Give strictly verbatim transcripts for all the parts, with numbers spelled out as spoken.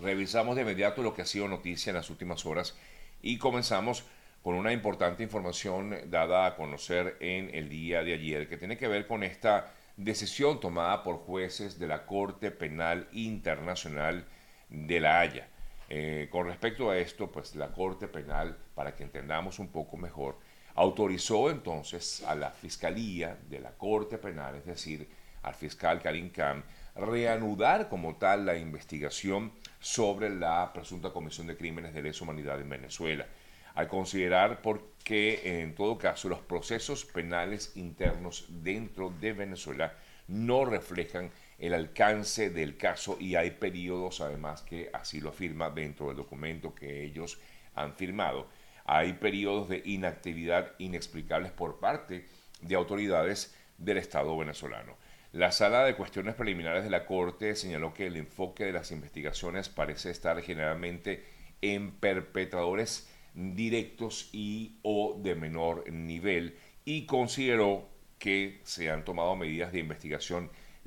Revisamos de inmediato lo que ha sido noticia en las últimas horas y comenzamos con una importante información dada a conocer en el día de ayer que tiene que ver con esta decisión tomada por jueces de la Corte Penal Internacional de La Haya. Eh, con respecto a esto, pues la Corte Penal, para que entendamos un poco mejor, autorizó entonces a la Fiscalía de la Corte Penal, es decir, al fiscal Karim Khan, reanudar como tal la investigación sobre la presunta comisión de crímenes de lesa humanidad en Venezuela, al considerar porque en todo caso los procesos penales internos dentro de Venezuela no reflejan el alcance del caso y hay periodos además que así lo afirma dentro del documento que ellos han firmado. Hay periodos de inactividad inexplicables por parte de autoridades del Estado venezolano. La Sala de Cuestiones Preliminares de la Corte señaló que el enfoque de las investigaciones parece estar generalmente en perpetradores directos y o de menor nivel y consideró que se han tomado medidas de investigación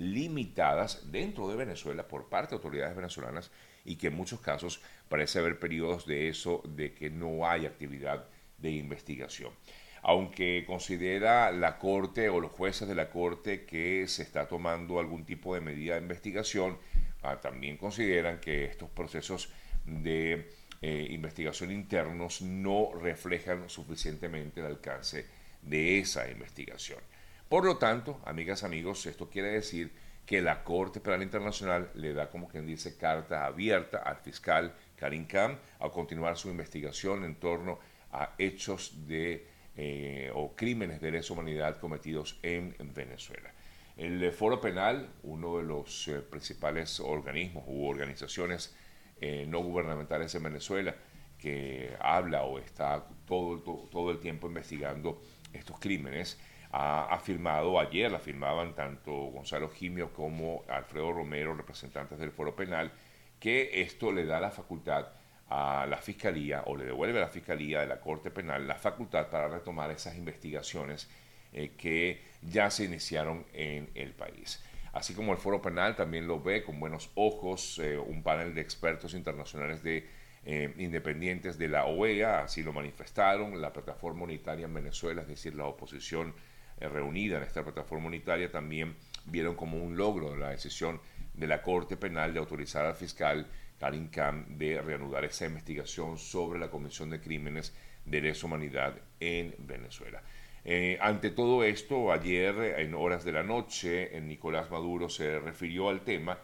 limitadas dentro de Venezuela por parte de autoridades venezolanas y que en muchos casos parece haber periodos de eso, de que no hay actividad de investigación. Aunque considera la Corte o los jueces de la Corte que se está tomando algún tipo de medida de investigación, ah, también consideran que estos procesos de eh, investigación internos no reflejan suficientemente el alcance de esa investigación. Por lo tanto, amigas, amigos, esto quiere decir que la Corte Penal Internacional le da, como quien dice, carta abierta al fiscal Karim Khan a continuar su investigación en torno a hechos de eh, o crímenes de lesa humanidad cometidos en, en Venezuela. El Foro Penal, uno de los eh, principales organismos u organizaciones eh, no gubernamentales en Venezuela, que habla o está todo, todo, todo el tiempo investigando estos crímenes, ha afirmado, ayer afirmaban tanto Gonzalo Gimio como Alfredo Romero, representantes del Foro Penal, que esto le da la facultad a la Fiscalía o le devuelve a la Fiscalía de la Corte Penal la facultad para retomar esas investigaciones eh, que ya se iniciaron en el país. Así como el Foro Penal también lo ve con buenos ojos, eh, un panel de expertos internacionales de eh, independientes de la O E A, así lo manifestaron, la plataforma unitaria en Venezuela, es decir, la oposición eh, reunida en esta plataforma unitaria, también vieron como un logro la decisión de la Corte Penal de autorizar al fiscal Karim Khan de reanudar esa investigación sobre la comisión de crímenes de lesa humanidad en Venezuela. Eh, ante todo esto, ayer en horas de la noche, Nicolás Maduro se refirió al tema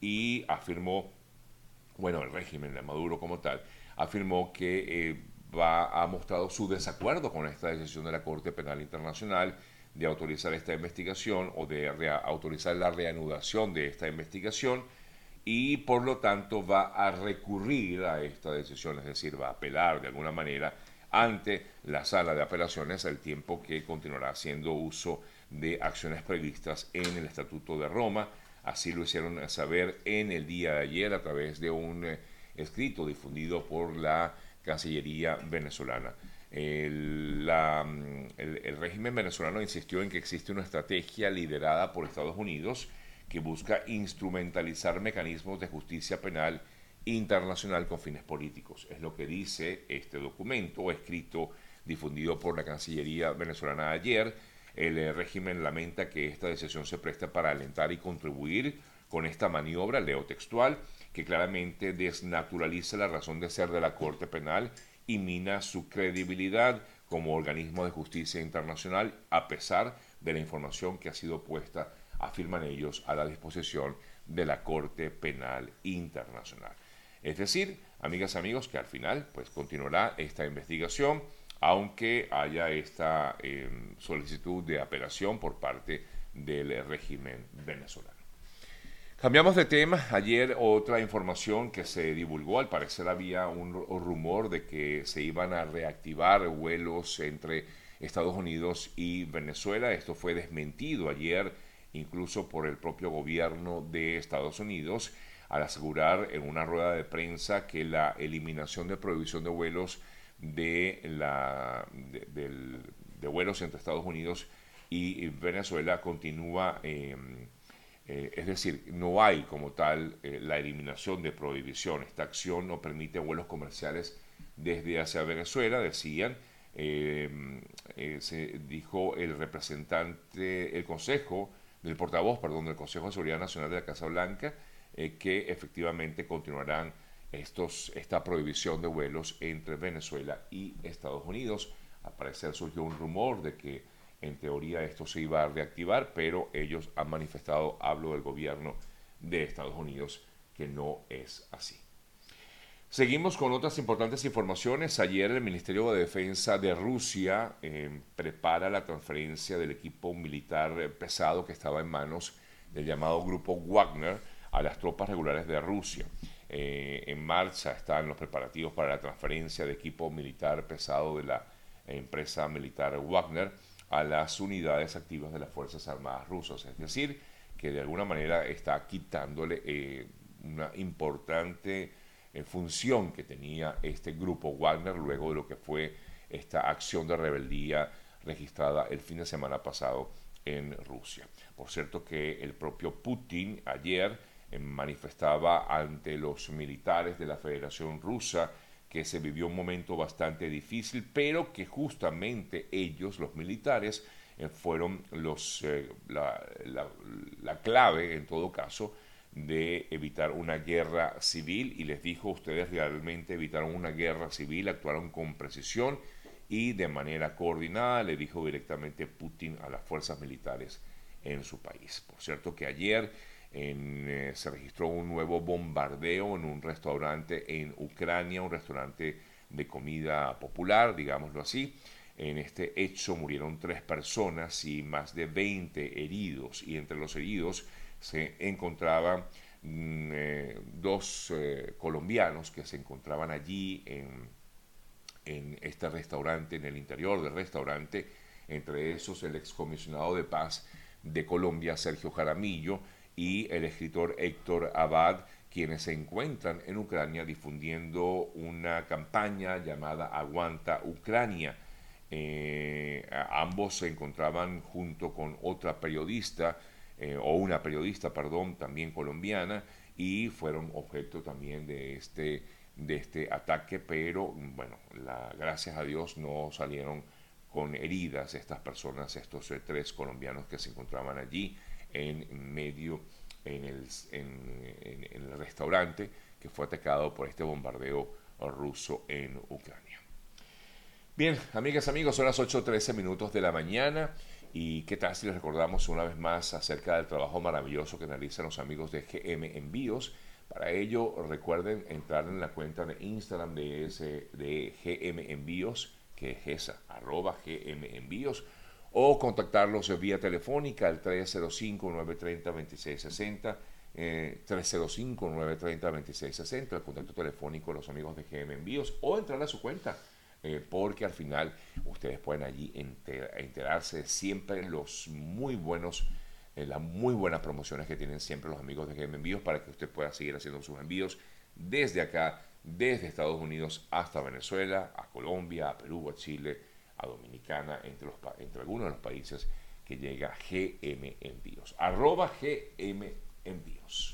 y afirmó, bueno, el régimen de Maduro como tal, afirmó que eh, va, ha mostrado su desacuerdo con esta decisión de la Corte Penal Internacional de autorizar esta investigación o de autorizar la reanudación de esta investigación y por lo tanto va a recurrir a esta decisión, es decir, va a apelar de alguna manera ante la sala de apelaciones al tiempo que continuará haciendo uso de acciones previstas en el Estatuto de Roma. Así lo hicieron saber en el día de ayer a través de un eh, escrito difundido por la Cancillería venezolana. El, la, el, el régimen venezolano insistió en que existe una estrategia liderada por Estados Unidos que busca instrumentalizar mecanismos de justicia penal internacional con fines políticos. Es lo que dice este documento escrito difundido por la Cancillería venezolana ayer. El eh, régimen lamenta que esta decisión se presta para alentar y contribuir con esta maniobra, leo textual, que claramente desnaturaliza la razón de ser de la Corte Penal y mina su credibilidad como organismo de justicia internacional a pesar de la información que ha sido puesta, afirman ellos, a la disposición de la Corte Penal Internacional. Es decir, amigas y amigos, que al final pues continuará esta investigación, aunque haya esta eh, solicitud de apelación por parte del régimen venezolano. Cambiamos de tema. Ayer otra información que se divulgó, al parecer había un rumor de que se iban a reactivar vuelos entre Estados Unidos y Venezuela. Esto fue desmentido ayer incluso por el propio gobierno de Estados Unidos, al asegurar en una rueda de prensa que la eliminación de prohibición de vuelos de, la, de, del, de vuelos entre Estados Unidos y Venezuela continúa eh, Eh, es decir, no hay como tal eh, la eliminación de prohibición. Esta acción no permite vuelos comerciales desde hacia Venezuela, decían. Eh, eh, se dijo el representante, el consejo, del portavoz, perdón, del Consejo de Seguridad Nacional de la Casa Blanca, eh, que efectivamente continuarán estos, esta prohibición de vuelos entre Venezuela y Estados Unidos. Al parecer surgió un rumor de que en teoría esto se iba a reactivar, pero ellos han manifestado, hablo del gobierno de Estados Unidos, que no es así. Seguimos con otras importantes informaciones. Ayer el Ministerio de Defensa de Rusia eh, prepara la transferencia del equipo militar pesado que estaba en manos del llamado grupo Wagner a las tropas regulares de Rusia. Eh, en marcha están los preparativos para la transferencia de equipo militar pesado de la empresa militar Wagner a las unidades activas de las Fuerzas Armadas rusas. Es decir, que de alguna manera está quitándole eh, una importante en función que tenía este grupo Wagner luego de lo que fue esta acción de rebeldía registrada el fin de semana pasado en Rusia. Por cierto que el propio Putin ayer eh, manifestaba ante los militares de la Federación Rusa que se vivió un momento bastante difícil, pero que justamente ellos, los militares, eh, fueron los, eh, la, la, la clave en todo caso de evitar una guerra civil, y les dijo, ustedes realmente evitaron una guerra civil, actuaron con precisión y de manera coordinada, le dijo directamente Putin a las fuerzas militares en su país. Por cierto que ayer en, eh, se registró un nuevo bombardeo en un restaurante en Ucrania, un restaurante de comida popular, digámoslo así. En este hecho murieron tres personas y más de veinte heridos, y entre los heridos se encontraban mm, eh, dos eh, colombianos que se encontraban allí en, en este restaurante, en el interior del restaurante, entre esos el excomisionado de paz de Colombia, Sergio Jaramillo, y el escritor Héctor Abad, quienes se encuentran en Ucrania difundiendo una campaña llamada Aguanta Ucrania. Eh, ambos se encontraban junto con otra periodista, Eh, o una periodista, perdón, también colombiana, y fueron objeto también de este, de este ataque, pero bueno, la, gracias a Dios no salieron con heridas estas personas, estos eh, tres colombianos que se encontraban allí en medio, en el, en, en, en el restaurante que fue atacado por este bombardeo ruso en Ucrania. Bien, amigas, amigos, son las ocho trece minutos de la mañana. ¿Y qué tal si les recordamos una vez más acerca del trabajo maravilloso que realizan los amigos de G M Envíos? Para ello, recuerden entrar en la cuenta de Instagram de, ese, de G M Envíos, que es esa, arroba G M Envíos, o contactarlos vía telefónica al tres cero cinco, nueve tres cero, dos seis seis cero, eh, tres cero cinco, nueve tres cero, dos seis seis cero, el contacto telefónico de los amigos de G M Envíos, o entrar a su cuenta. Eh, porque al final ustedes pueden allí enter, enterarse de siempre los muy buenos, eh, las muy buenas promociones que tienen siempre los amigos de G M Envíos para que usted pueda seguir haciendo sus envíos desde acá, desde Estados Unidos hasta Venezuela, a Colombia, a Perú, a Chile, a Dominicana, entre, los, entre algunos de los países que llega G M Envíos, arroba G M Envíos.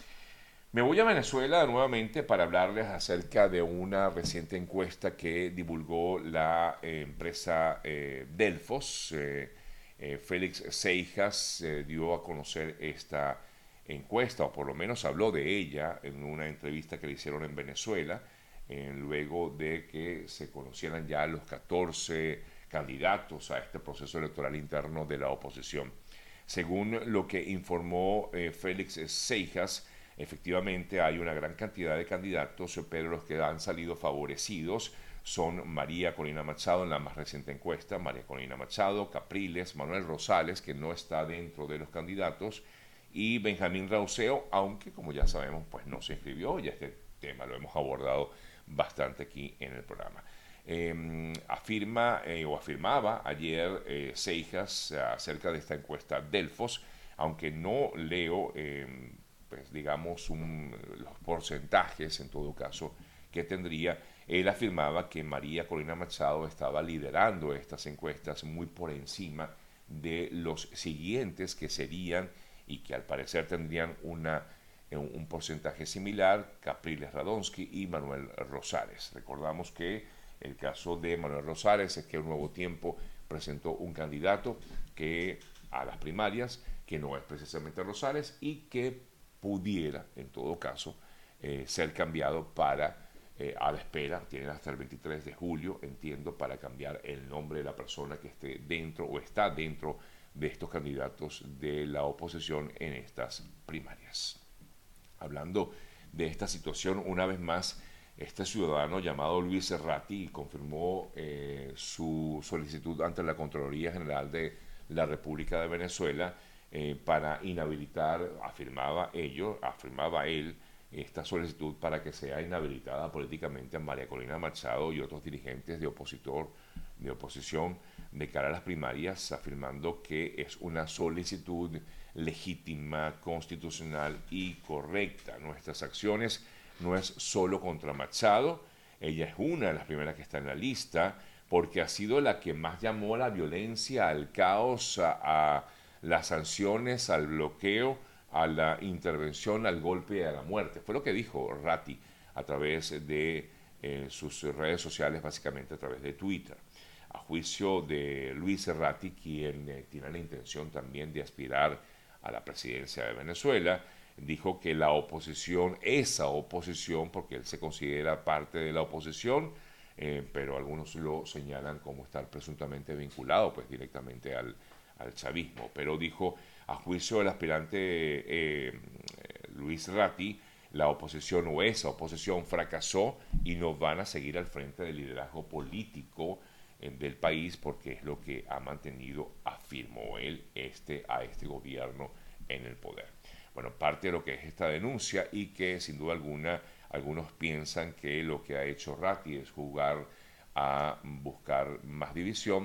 Me voy a Venezuela nuevamente para hablarles acerca de una reciente encuesta que divulgó la eh, empresa eh, Delfos. Eh, eh, Félix Seijas eh, dio a conocer esta encuesta, o por lo menos habló de ella en una entrevista que le hicieron en Venezuela, eh, luego de que se conocieran ya los catorce candidatos a este proceso electoral interno de la oposición. Según lo que informó eh, Félix Seijas, efectivamente hay una gran cantidad de candidatos, pero los que han salido favorecidos son María Corina Machado en la más reciente encuesta, María Corina Machado, Capriles, Manuel Rosales, que no está dentro de los candidatos, y Benjamín Rauseo, aunque como ya sabemos, pues no se inscribió, ya este tema lo hemos abordado bastante aquí en el programa. Eh, afirma eh, o afirmaba ayer eh, Seijas acerca de esta encuesta Delfos, aunque no leo eh, pues digamos un, los porcentajes en todo caso que tendría. Él afirmaba que María Corina Machado estaba liderando estas encuestas muy por encima de los siguientes, que serían y que al parecer tendrían una, un, un porcentaje similar, Capriles Radonsky y Manuel Rosales. Recordamos que el caso de Manuel Rosales es que un Nuevo Tiempo presentó un candidato que a las primarias, que no es precisamente Rosales y que pudiera, en todo caso, eh, ser cambiado para, eh, a la espera, tienen hasta el veintitrés de julio, entiendo, para cambiar el nombre de la persona que esté dentro o está dentro de estos candidatos de la oposición en estas primarias. Hablando de esta situación, una vez más, este ciudadano llamado Luis Serrati confirmó eh, su solicitud ante la Contraloría General de la República de Venezuela eh, para inhabilitar, afirmaba ello, afirmaba él, esta solicitud para que sea inhabilitada políticamente a María Corina Machado y otros dirigentes de opositor, de oposición de cara a las primarias, afirmando que es una solicitud legítima, constitucional y correcta. Nuestras acciones no es solo contra Machado, ella es una de las primeras que está en la lista, porque ha sido la que más llamó a la violencia, al caos, a, a las sanciones, al bloqueo, a la intervención, al golpe y a la muerte. Fue lo que dijo Ratti a través de eh, sus redes sociales, básicamente a través de Twitter. A juicio de Luis Ratti, quien eh, tiene la intención también de aspirar a la presidencia de Venezuela, dijo que la oposición, esa oposición, porque él se considera parte de la oposición, eh, pero algunos lo señalan como estar presuntamente vinculado pues directamente al, al chavismo, pero dijo, a juicio del aspirante eh, Luis Ratti, la oposición o esa oposición fracasó y no van a seguir al frente del liderazgo político eh, del país porque es lo que ha mantenido, afirmó él, este, a este gobierno en el poder. Bueno, parte de lo que es esta denuncia y que sin duda alguna algunos piensan que lo que ha hecho Ratti es jugar a buscar más división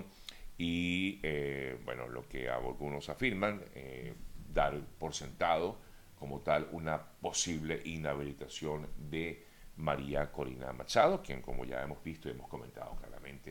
y, eh, bueno, lo que algunos afirman, eh, dar por sentado como tal una posible inhabilitación de María Corina Machado, quien como ya hemos visto y hemos comentado claramente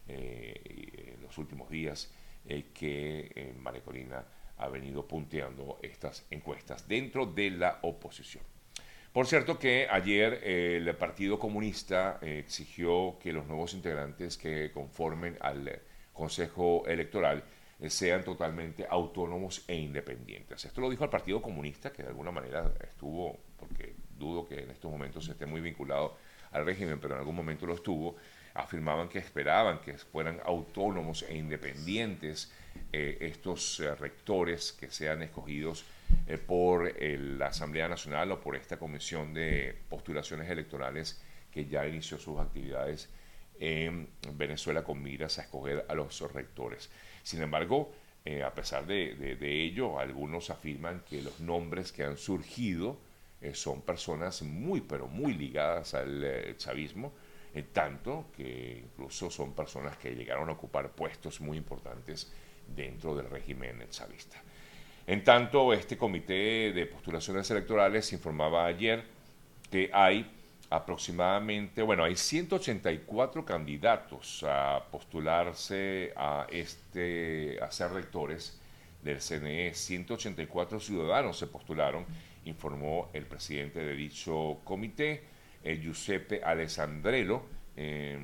eh, en los últimos días, eh, que eh, María Corina ha venido punteando estas encuestas dentro de la oposición. Por cierto que ayer eh, el Partido Comunista eh, exigió que los nuevos integrantes que conformen al Consejo Electoral eh, sean totalmente autónomos e independientes. Esto lo dijo el Partido Comunista, que de alguna manera estuvo, porque dudo que en estos momentos esté muy vinculado al régimen, pero en algún momento lo estuvo, afirmaban que esperaban que fueran autónomos e independientes eh, estos eh, rectores que sean escogidos eh, por eh, la Asamblea Nacional o por esta comisión de postulaciones electorales que ya inició sus actividades en Venezuela con miras a escoger a los rectores. Sin embargo, eh, a pesar de, de, de ello, algunos afirman que los nombres que han surgido eh, son personas muy, pero muy ligadas al eh, chavismo, eh, tanto que incluso son personas que llegaron a ocupar puestos muy importantes dentro del régimen chavista. En tanto, este comité de postulaciones electorales informaba ayer que hay aproximadamente, bueno, hay ciento ochenta y cuatro candidatos a postularse a, este, a ser rectores del C N E. ciento ochenta y cuatro ciudadanos se postularon, informó el presidente de dicho comité, el Giuseppe Alessandrello, eh,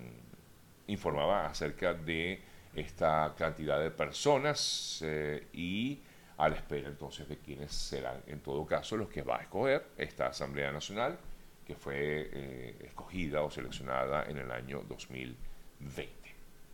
informaba acerca de esta cantidad de personas eh, y a la espera entonces de quienes serán en todo caso los que va a escoger esta Asamblea Nacional que fue eh, escogida o seleccionada en el año dos mil veinte.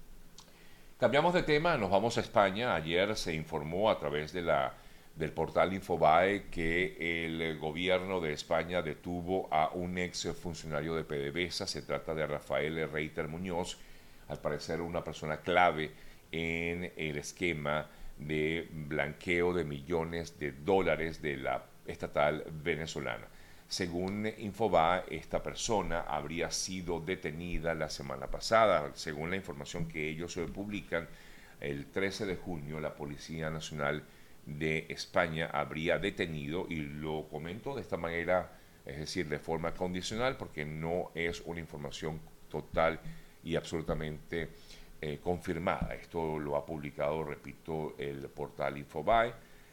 Cambiamos de tema, nos vamos a España. Ayer se informó a través de la, del portal Infobae que el gobierno de España detuvo a un ex funcionario de PDVSA. Se trata de Rafael Reiter Muñoz, al parecer una persona clave en el esquema de blanqueo de millones de dólares de la estatal venezolana. Según Infobae, esta persona habría sido detenida la semana pasada. Según la información que ellos publican, el trece de junio la Policía Nacional de España habría detenido, y lo comento de esta manera, es decir, de forma condicional, porque no es una información total y absolutamente eh, confirmada. Esto lo ha publicado, repito, el portal Infobae.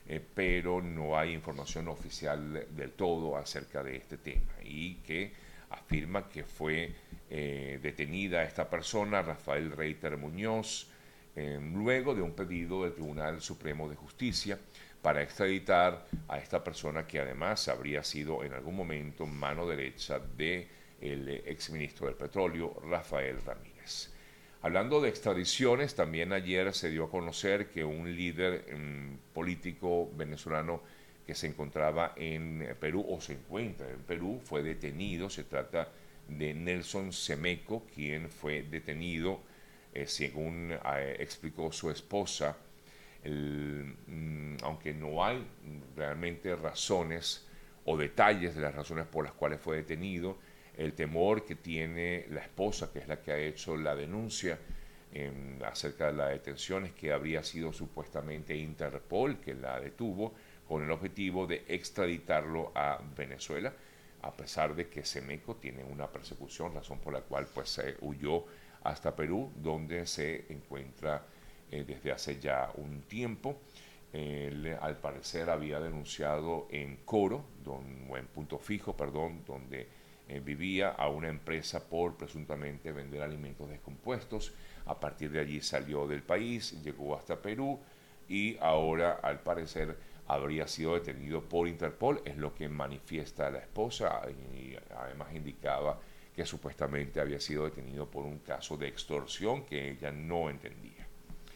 eh, pero no hay información oficial del todo acerca de este tema, y que afirma que fue eh, detenida esta persona, Rafael Reiter Muñoz, eh, luego de un pedido del Tribunal Supremo de Justicia para extraditar a esta persona, que además habría sido en algún momento mano derecha del exministro del Petróleo, Rafael Ramírez. Hablando de extradiciones, también ayer se dio a conocer que un líder um, político venezolano que se encontraba en Perú, o se encuentra en Perú, fue detenido. Se trata de Nelson Semeco, quien fue detenido, eh, según eh, explicó su esposa. El, mm, aunque no hay realmente razones o detalles de las razones por las cuales fue detenido, el temor que tiene la esposa, que es la que ha hecho la denuncia eh, acerca de la detención, es que habría sido supuestamente Interpol que la detuvo con el objetivo de extraditarlo a Venezuela, a pesar de que Semeco tiene una persecución, razón por la cual pues se huyó hasta Perú, donde se encuentra eh, desde hace ya un tiempo. Él, al parecer, había denunciado en Coro, don, o en Punto Fijo, perdón, donde eh, vivía, a una empresa por presuntamente vender alimentos descompuestos. A partir de allí salió del país, llegó hasta Perú y ahora, al parecer, habría sido detenido por Interpol, es lo que manifiesta la esposa, y además indicaba que supuestamente había sido detenido por un caso de extorsión que ella no entendía.